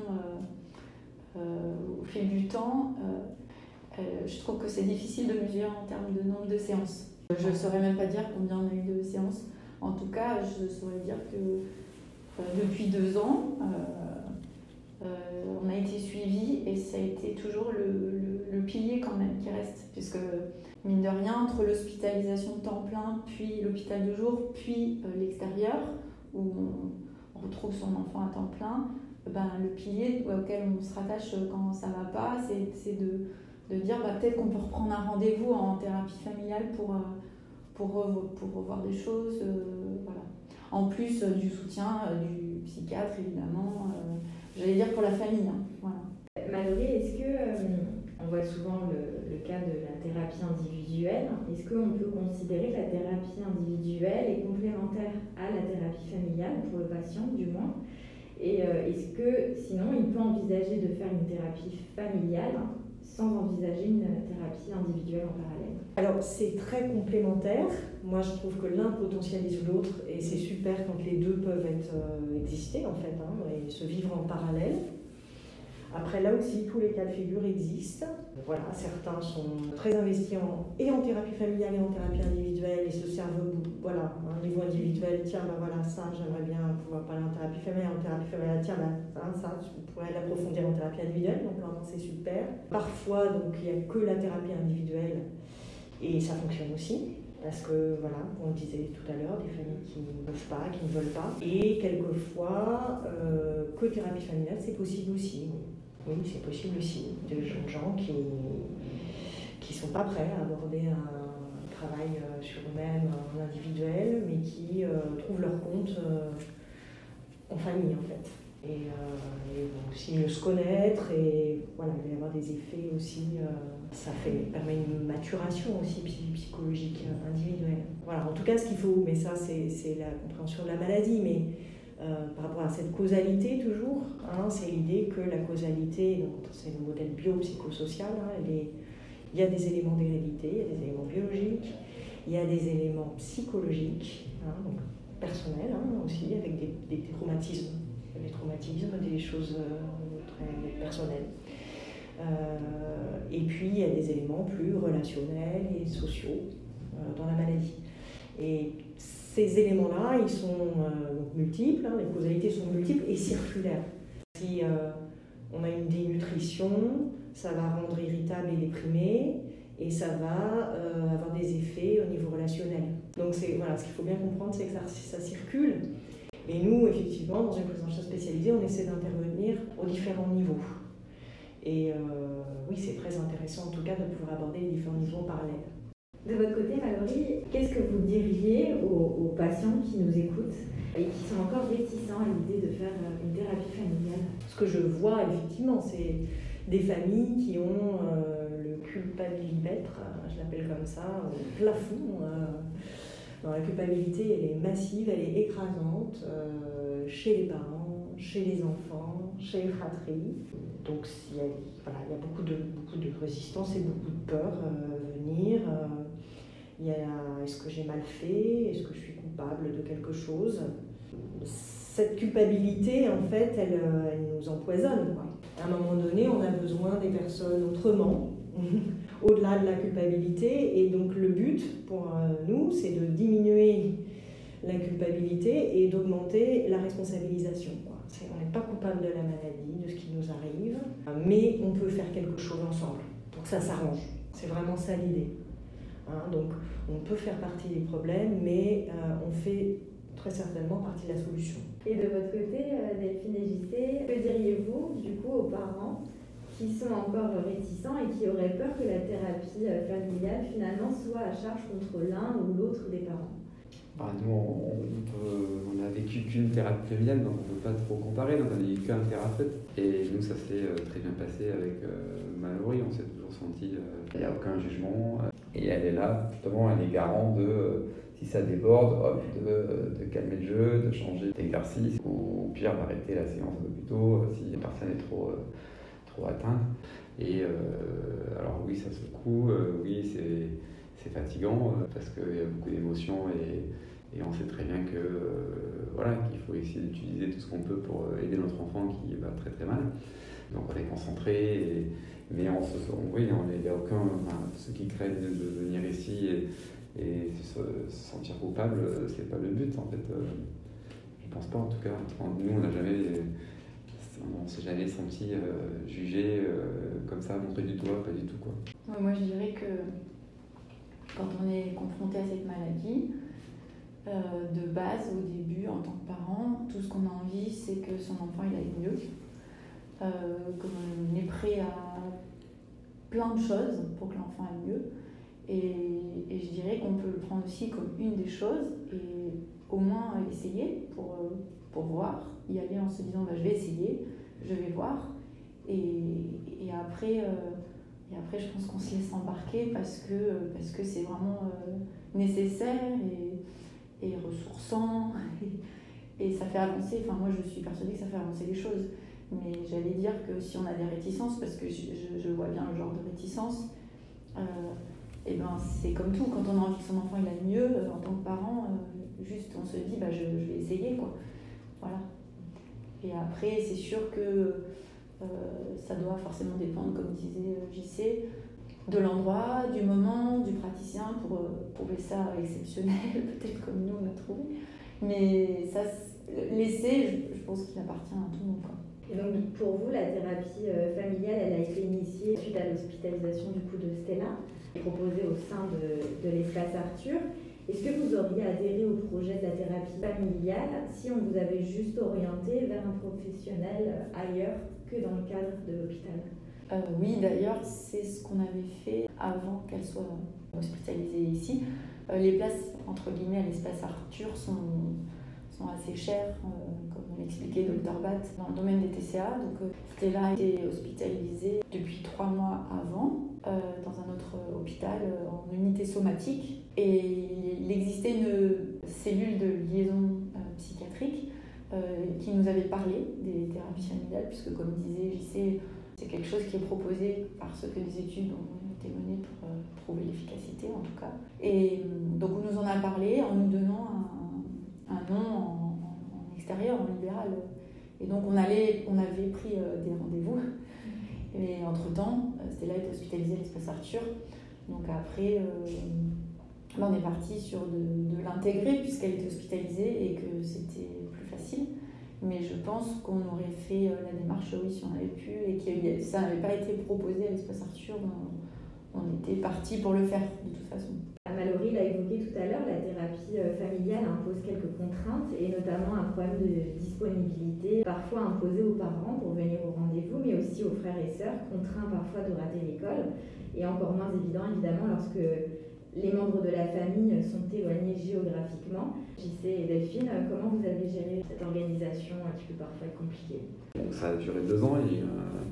au fil du temps, je trouve que c'est difficile de mesurer en termes de nombre de séances. Je ne saurais même pas dire combien on a eu de séances. En tout cas, je saurais dire que depuis 2 ans, on a été suivis et ça a été toujours le pilier quand même qui reste. Puisque, mine de rien, entre l'hospitalisation de temps plein, puis l'hôpital de jour, puis l'extérieur, où on retrouve son enfant à temps plein, le pilier auquel on se rattache quand ça ne va pas, c'est de dire peut-être qu'on peut reprendre un rendez-vous en thérapie familiale pour revoir des choses. Voilà. En plus du soutien du psychiatre, évidemment, j'allais dire pour la famille. Voilà. Mallory, est-ce que, on voit souvent le cas de la thérapie individuelle, est-ce qu'on peut considérer que la thérapie individuelle est complémentaire à la thérapie familiale, pour le patient du moins ? Et est-ce que, sinon, il peut envisager de faire une thérapie familiale sans envisager une thérapie individuelle en parallèle ? Alors, c'est très complémentaire. Moi, je trouve que l'un potentialise l'autre et c'est super quand les deux peuvent exister, en fait, et se vivre en parallèle. Après, là aussi, tous les cas de figure existent. Voilà, certains sont très investis et en thérapie familiale et en thérapie individuelle et se servent, voilà, à un niveau individuel. Tiens, voilà, ça, j'aimerais bien pouvoir parler en thérapie familiale. En thérapie familiale, tiens, ça, je pourrais l'approfondir en thérapie individuelle. Donc, vraiment, c'est super. Parfois, donc, il n'y a que la thérapie individuelle et ça fonctionne aussi. Parce que, voilà, on le disait tout à l'heure, des familles qui ne peuvent pas, qui ne veulent pas. Et quelquefois, que thérapie familiale, c'est possible aussi. Oui, c'est possible aussi. De jeunes gens qui ne sont pas prêts à aborder un travail sur eux-mêmes, en individuel, mais qui trouvent leur compte en famille, en fait. Et aussi mieux se connaître, et voilà, il va y avoir des effets aussi. Ça permet une maturation aussi psychologique individuelle. Voilà, en tout cas, ce qu'il faut, mais ça, c'est la compréhension de la maladie, mais par rapport à cette causalité toujours, c'est l'idée que la causalité, donc c'est le modèle biopsychosocial, il y a des éléments d'hérédité, il y a des éléments biologiques, il y a des éléments psychologiques, donc personnels aussi, avec des traumatismes, des choses très personnelles. Et puis il y a des éléments plus relationnels et sociaux dans la maladie. Et ces éléments-là, ils sont multiples, les causalités sont multiples et circulaires. Si on a une dénutrition, ça va rendre irritable et déprimé, et ça va avoir des effets au niveau relationnel. Donc voilà, ce qu'il faut bien comprendre, c'est que ça circule. Et nous, effectivement, dans une prise en charge spécialisée, on essaie d'intervenir aux différents niveaux. Et oui, c'est très intéressant en tout cas de pouvoir aborder les différents niveaux en parallèle. De votre côté, Mallory, qu'est-ce que vous diriez aux patients qui nous écoutent et qui sont encore réticents à l'idée de faire une thérapie familiale? Ce que je vois effectivement, c'est des familles qui ont le culpabilimètre, je l'appelle comme ça, au plafond. La culpabilité, elle est massive, elle est écrasante chez les parents, chez les enfants, chez les fratries. Donc il y a beaucoup de résistance et beaucoup de peur venir. Il y a est-ce que j'ai mal fait? Est-ce que je suis coupable de quelque chose? Cette culpabilité, en fait, elle nous empoisonne, quoi. À un moment donné, on a besoin des personnes autrement, au-delà de la culpabilité. Et donc le but pour nous, c'est de diminuer la culpabilité et d'augmenter la responsabilisation, quoi. On n'est pas coupable de la maladie, de ce qui nous arrive, mais on peut faire quelque chose ensemble pour que ça s'arrange. C'est vraiment ça l'idée. Donc on peut faire partie des problèmes, mais on fait très certainement partie de la solution. Et de votre côté, Delphine et JC, que diriez-vous du coup aux parents qui sont encore réticents et qui auraient peur que la thérapie familiale finalement soit à charge contre l'un ou l'autre des parents? Nous, on a vécu qu'une thérapie familiale, donc on ne peut pas trop comparer, donc on n'a eu qu'un thérapeute. Et nous, ça s'est très bien passé avec Mallory, on s'est toujours senti, il n'y a aucun jugement. Et elle est là, justement, elle est garante de, si ça déborde, de calmer le jeu, de changer d'exercice, ou au pire d'arrêter la séance plus tôt si la personne est trop atteinte. Et alors oui, ça secoue, oui, c'est fatigant parce qu'il y a beaucoup d'émotions et on sait très bien que qu'il faut essayer d'utiliser tout ce qu'on peut pour aider notre enfant qui va très très mal. Donc on est concentré, mais il n'y a aucun, ceux qui craignent de venir ici et se sentir coupable, c'est pas le but en fait. Je pense pas en tout cas. Nous on s'est jamais senti jugé comme ça, montré du doigt, pas du tout quoi. Ouais, moi je dirais que quand on est confronté à cette maladie, de base, au début, en tant que parent, tout ce qu'on a envie, c'est que son enfant il aille mieux, qu'on est prêt à plein de choses pour que l'enfant aille mieux. Et je dirais qu'on peut le prendre aussi comme une des choses et au moins essayer pour voir, y aller en se disant je vais essayer, je vais voir. Et après, je pense qu'on se laisse embarquer parce que c'est vraiment nécessaire et ressourçant et ça fait avancer. Enfin, moi, je suis persuadée que ça fait avancer les choses. Mais j'allais dire que si on a des réticences, parce que je vois bien le genre de réticence, c'est comme tout. Quand on a envie que son enfant il aille mieux, en tant que parent, juste on se dit je vais essayer, quoi. Voilà. Et après, c'est sûr que ça doit forcément dépendre, comme disait JC, de l'endroit, du moment, du praticien pour trouver ça exceptionnel, peut-être comme nous on a trouvé. Mais ça, l'essai, je pense qu'il appartient à tout le monde, quoi. Et donc pour vous, la thérapie familiale, elle a été initiée suite à l'hospitalisation du coup de Stella, proposée au sein de l'espace Arthur. Est-ce que vous auriez adhéré au projet de la thérapie familiale si on vous avait juste orienté vers un professionnel ailleurs que dans le cadre de l'hôpital? Oui, d'ailleurs, c'est ce qu'on avait fait avant qu'elle soit hospitalisée ici. Les places, entre guillemets, à l'espace Arthur sont assez chères, comme l'expliquait Dr Bat, dans le domaine des TCA. Donc, Stella a été hospitalisée depuis 3 mois avant, dans un autre hôpital, en unité somatique. Et il existait une cellule de liaison psychiatrique qui nous avait parlé des thérapies familiales, puisque, comme disait JC, c'est quelque chose qui est proposé parce que des études ont été menées pour prouver l'efficacité, en tout cas. Et donc, on nous en a parlé en nous donnant un nom en extérieur, en libéral. Et donc, on avait pris des rendez-vous. Et entre-temps, Stella est hospitalisée à l'espace Arthur. Donc après, on est parti sur de l'intégrer puisqu'elle était hospitalisée et que c'était plus facile. Mais je pense qu'on aurait fait la démarche, oui, si on avait pu, et que ça n'avait pas été proposé à l'espace Arthur, on était parti pour le faire, de toute façon. Mallory l'a évoqué tout à l'heure, la thérapie familiale impose quelques contraintes, et notamment un problème de disponibilité, parfois imposé aux parents pour venir au rendez-vous, mais aussi aux frères et sœurs, contraints parfois de rater l'école, et encore moins évident, évidemment, lorsque les membres de la famille sont éloignés géographiquement. JC et Delphine, comment vous avez géré cette organisation qui peut parfois être compliquée? Donc ça a duré 2 ans, il y a eu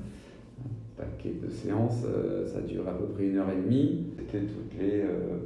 un paquet de séances, ça a duré à peu près 1h30. C'était toutes les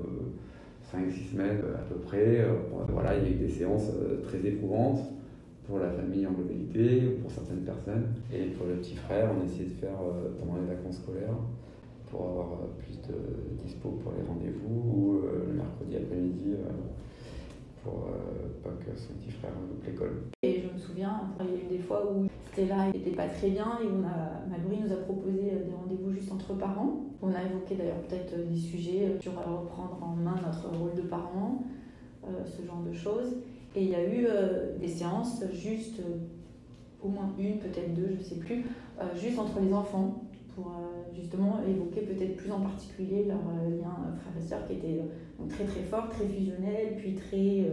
5-6 semaines à peu près. Voilà, il y a eu des séances très éprouvantes pour la famille en globalité, pour certaines personnes. Et pour le petit frère, on essayait de faire pendant les vacances scolaires pour avoir plus de dispo pour les rendez-vous ou le mercredi après-midi pour pas que son petit frère loupe l'école. Et je me souviens, il y a eu des fois où Stella n'était pas très bien et Mallory nous a proposé des rendez-vous juste entre parents. On a évoqué d'ailleurs peut-être des sujets sur reprendre en main notre rôle de parents, ce genre de choses. Et il y a eu des séances juste, au moins une, peut-être 2, je ne sais plus, juste entre les enfants pour justement évoquer peut-être plus en particulier leur lien frères et sœurs qui était très très fort, très fusionnel, puis très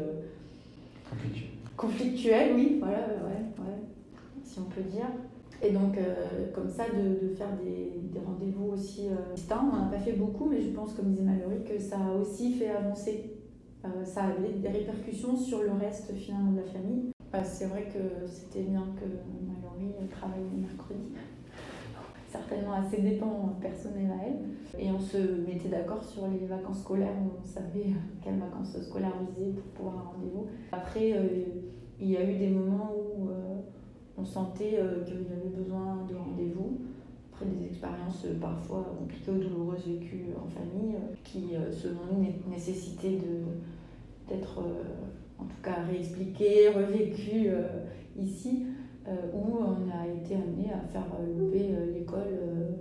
conflictuel, oui, voilà, ouais, si on peut dire. Et donc, comme ça, de faire des rendez-vous aussi distincts. On n'en a pas fait beaucoup, mais je pense, comme disait Mallory, que ça a aussi fait avancer. Ça avait des répercussions sur le reste, finalement, de la famille. C'est vrai que c'était bien que Mallory travaille le mercredi. Certainement à ses dépens personnels à elle. Et on se mettait d'accord sur les vacances scolaires. On savait quelles vacances scolaires viser pour pouvoir un rendez-vous. Après, il y a eu des moments où on sentait qu'il y avait besoin de rendez-vous. Après des expériences parfois compliquées ou douloureuses vécues en famille, qui selon nous nécessitaient d'être en tout cas réexpliquées, revécues ici, où on a été amené à faire louper l'école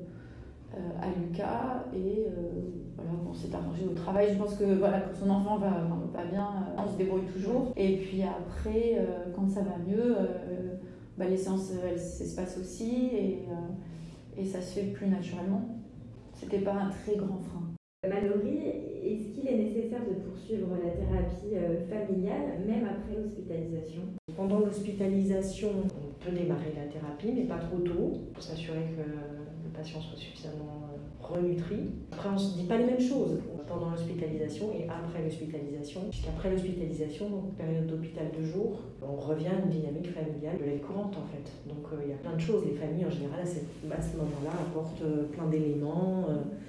à Lucas et voilà, on s'est arrangé au travail. Je pense que voilà, quand son enfant va pas bien, on se débrouille toujours. Et puis après, quand ça va mieux, les séances s'espacent aussi et ça se fait plus naturellement. C'était pas un très grand frein. Mallory, est-ce qu'il est nécessaire de poursuivre la thérapie familiale, même après l'hospitalisation? Pendant l'hospitalisation, on peut démarrer la thérapie, mais pas trop tôt, pour s'assurer que le patient soit suffisamment renutri. Après, on ne se dit pas les mêmes choses pendant l'hospitalisation et après l'hospitalisation. Puisqu'après l'hospitalisation, donc période d'hôpital de jour, on revient à une dynamique familiale de la vie courante en fait. Donc il y a plein de choses. Les familles en général à ce moment-là apportent plein d'éléments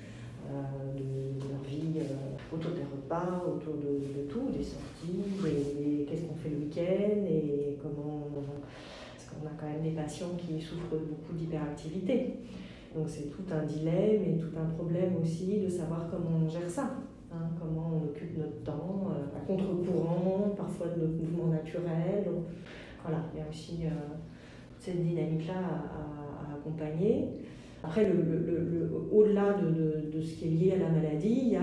de leur vie autour des repas, autour de tout, des sorties, et qu'est-ce qu'on fait le week-end et comment. Parce qu'on a quand même des patients qui souffrent beaucoup d'hyperactivité. Donc c'est tout un dilemme et tout un problème aussi de savoir comment on gère ça, comment on occupe notre temps, à contre-courant, parfois de notre mouvement naturel. Donc, voilà, il y a aussi cette dynamique-là à accompagner. Après, au-delà de ce qui est lié à la maladie, il y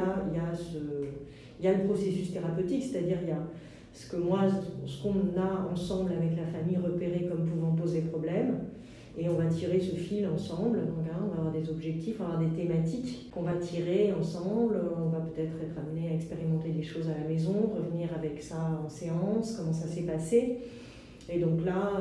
a le processus thérapeutique, c'est-à-dire il y a ce qu'on a ensemble avec la famille repéré comme pouvant poser problème. Et on va tirer ce fil ensemble, donc, on va avoir des objectifs, on va avoir des thématiques qu'on va tirer ensemble, on va peut-être être amené à expérimenter des choses à la maison, revenir avec ça en séance, comment ça s'est passé. Et donc là,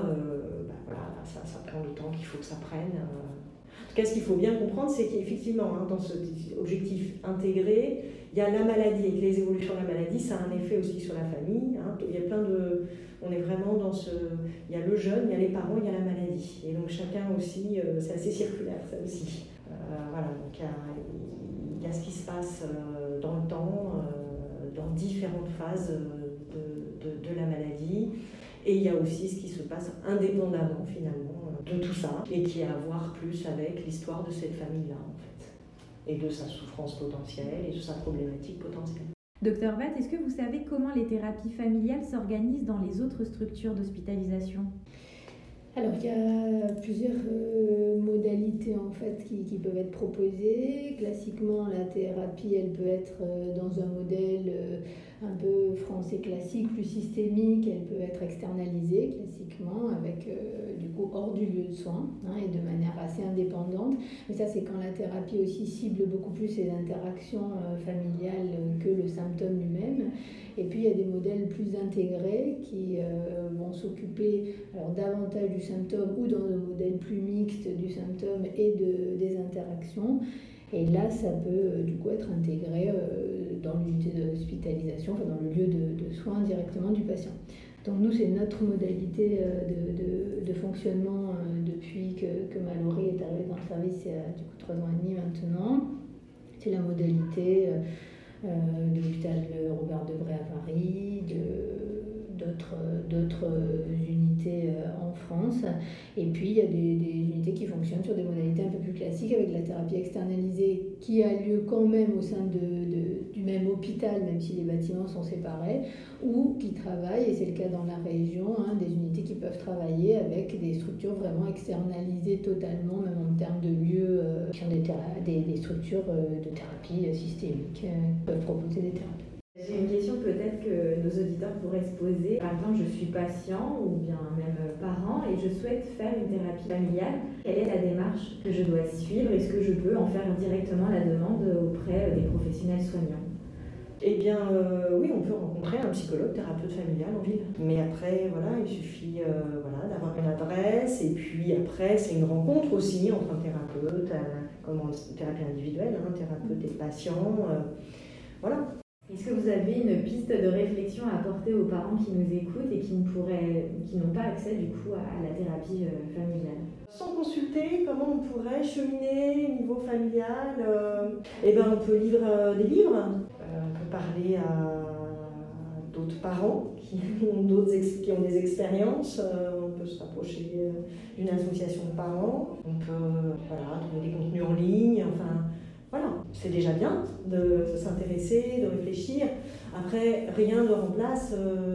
ça prend le temps qu'il faut que ça prenne. En tout cas, ce qu'il faut bien comprendre, c'est qu'effectivement, dans cet objectif intégré, il y a la maladie et que les évolutions de la maladie, ça a un effet aussi sur la famille. Il y a plein de... On est vraiment dans ce... Il y a le jeune, il y a les parents, il y a la maladie. Et donc chacun aussi, c'est assez circulaire ça aussi. Voilà, donc il y a ce qui se passe dans le temps, dans différentes phases de la maladie. Et il y a aussi ce qui se passe indépendamment finalement de tout ça et qui a à voir plus avec l'histoire de cette famille-là en fait. Et de sa souffrance potentielle et de sa problématique potentielle. Docteur Watt, est-ce que vous savez comment les thérapies familiales s'organisent dans les autres structures d'hospitalisation ? Alors, il y a plusieurs modalités en fait qui peuvent être proposées. Classiquement, la thérapie, elle peut être dans un modèle un peu français classique, plus systémique. Elle peut être externalisée classiquement, avec du coup hors du lieu de soins et de manière assez indépendante. Mais ça, c'est quand la thérapie aussi cible beaucoup plus les interactions familiales que le symptôme lui-même. Et puis, il y a des modèles plus intégrés qui vont s'occuper davantage du symptôme ou dans un modèle plus mixte du symptôme et des interactions. Et là, ça peut du coup être intégré dans l'unité d'hospitalisation, enfin dans le lieu de soins directement du patient. Donc nous, c'est notre modalité de fonctionnement depuis que Mallory est arrivée dans le service, il y a du coup 3 ans et demi maintenant. C'est la modalité de l'hôpital Robert Debré à Paris, d'autres unités en France. Et puis, il y a des unités qui fonctionnent sur des modalités un peu plus classiques avec la thérapie externalisée qui a lieu quand même au sein du même hôpital, même si les bâtiments sont séparés, ou qui travaillent, et c'est le cas dans la région, des unités qui peuvent travailler avec des structures vraiment externalisées totalement, même en termes de lieux, qui ont des structures de thérapie systémique, qui peuvent proposer des thérapies. J'ai une question peut-être que nos auditeurs pourraient se poser. Par exemple, je suis patient ou bien même parent et je souhaite faire une thérapie familiale. Quelle est la démarche que je dois suivre? Est-ce que je peux en faire directement la demande auprès des professionnels soignants? Eh bien, oui, on peut rencontrer un psychologue, thérapeute familial en ville. Mais après, voilà, il suffit d'avoir une adresse. Et puis après, c'est une rencontre aussi entre un thérapeute, comme en thérapie individuelle, un thérapeute et le patient. Voilà. Est-ce que vous avez une piste de réflexion à apporter aux parents qui nous écoutent et qui n'ont pas accès du coup à la thérapie familiale? Sans consulter, comment on pourrait cheminer au niveau familial? Eh ben, on peut lire des livres, on peut parler à d'autres parents qui ont des expériences, on peut se rapprocher d'une association de parents, on peut trouver des contenus en ligne, enfin... Voilà, c'est déjà bien de s'intéresser, de réfléchir. Après, rien ne remplace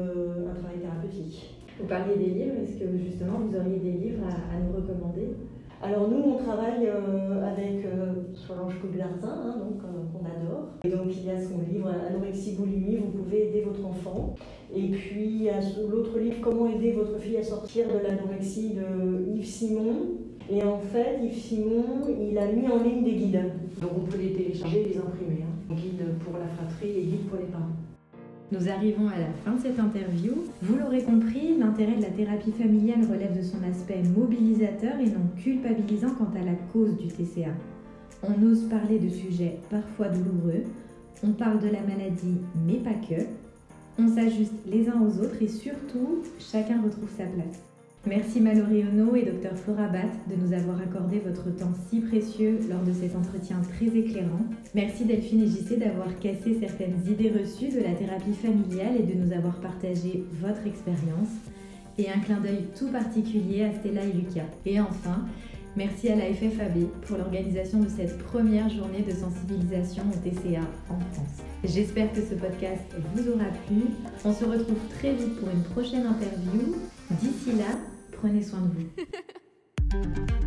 un travail thérapeutique. Vous parliez des livres, est-ce que justement vous auriez des livres à nous recommander? Alors nous, on travaille avec Solange Koublarzin, qu'on adore. Et donc il y a son livre Anorexie Boulimie, vous pouvez aider votre enfant. Et puis il y a l'autre livre Comment aider votre fille à sortir de l'anorexie de Yves Simon. Et en fait, Yves Simon, il a mis en ligne des guides. Donc on peut les télécharger et les imprimer. Guides pour la fratrie et guides pour les parents. Nous arrivons à la fin de cette interview. Vous l'aurez compris, l'intérêt de la thérapie familiale relève de son aspect mobilisateur et non culpabilisant quant à la cause du TCA. On ose parler de sujets parfois douloureux, on parle de la maladie mais pas que, on s'ajuste les uns aux autres et surtout, chacun retrouve sa place. Merci Mallory Ono et Dr Flora Batt de nous avoir accordé votre temps si précieux lors de cet entretien très éclairant. Merci Delphine et JC d'avoir cassé certaines idées reçues de la thérapie familiale et de nous avoir partagé votre expérience. Et un clin d'œil tout particulier à Stella et Lucas. Et enfin, merci à la FFAB pour l'organisation de cette première journée de sensibilisation au TCA en France. J'espère que ce podcast vous aura plu. On se retrouve très vite pour une prochaine interview. D'ici là, prenez soin de vous.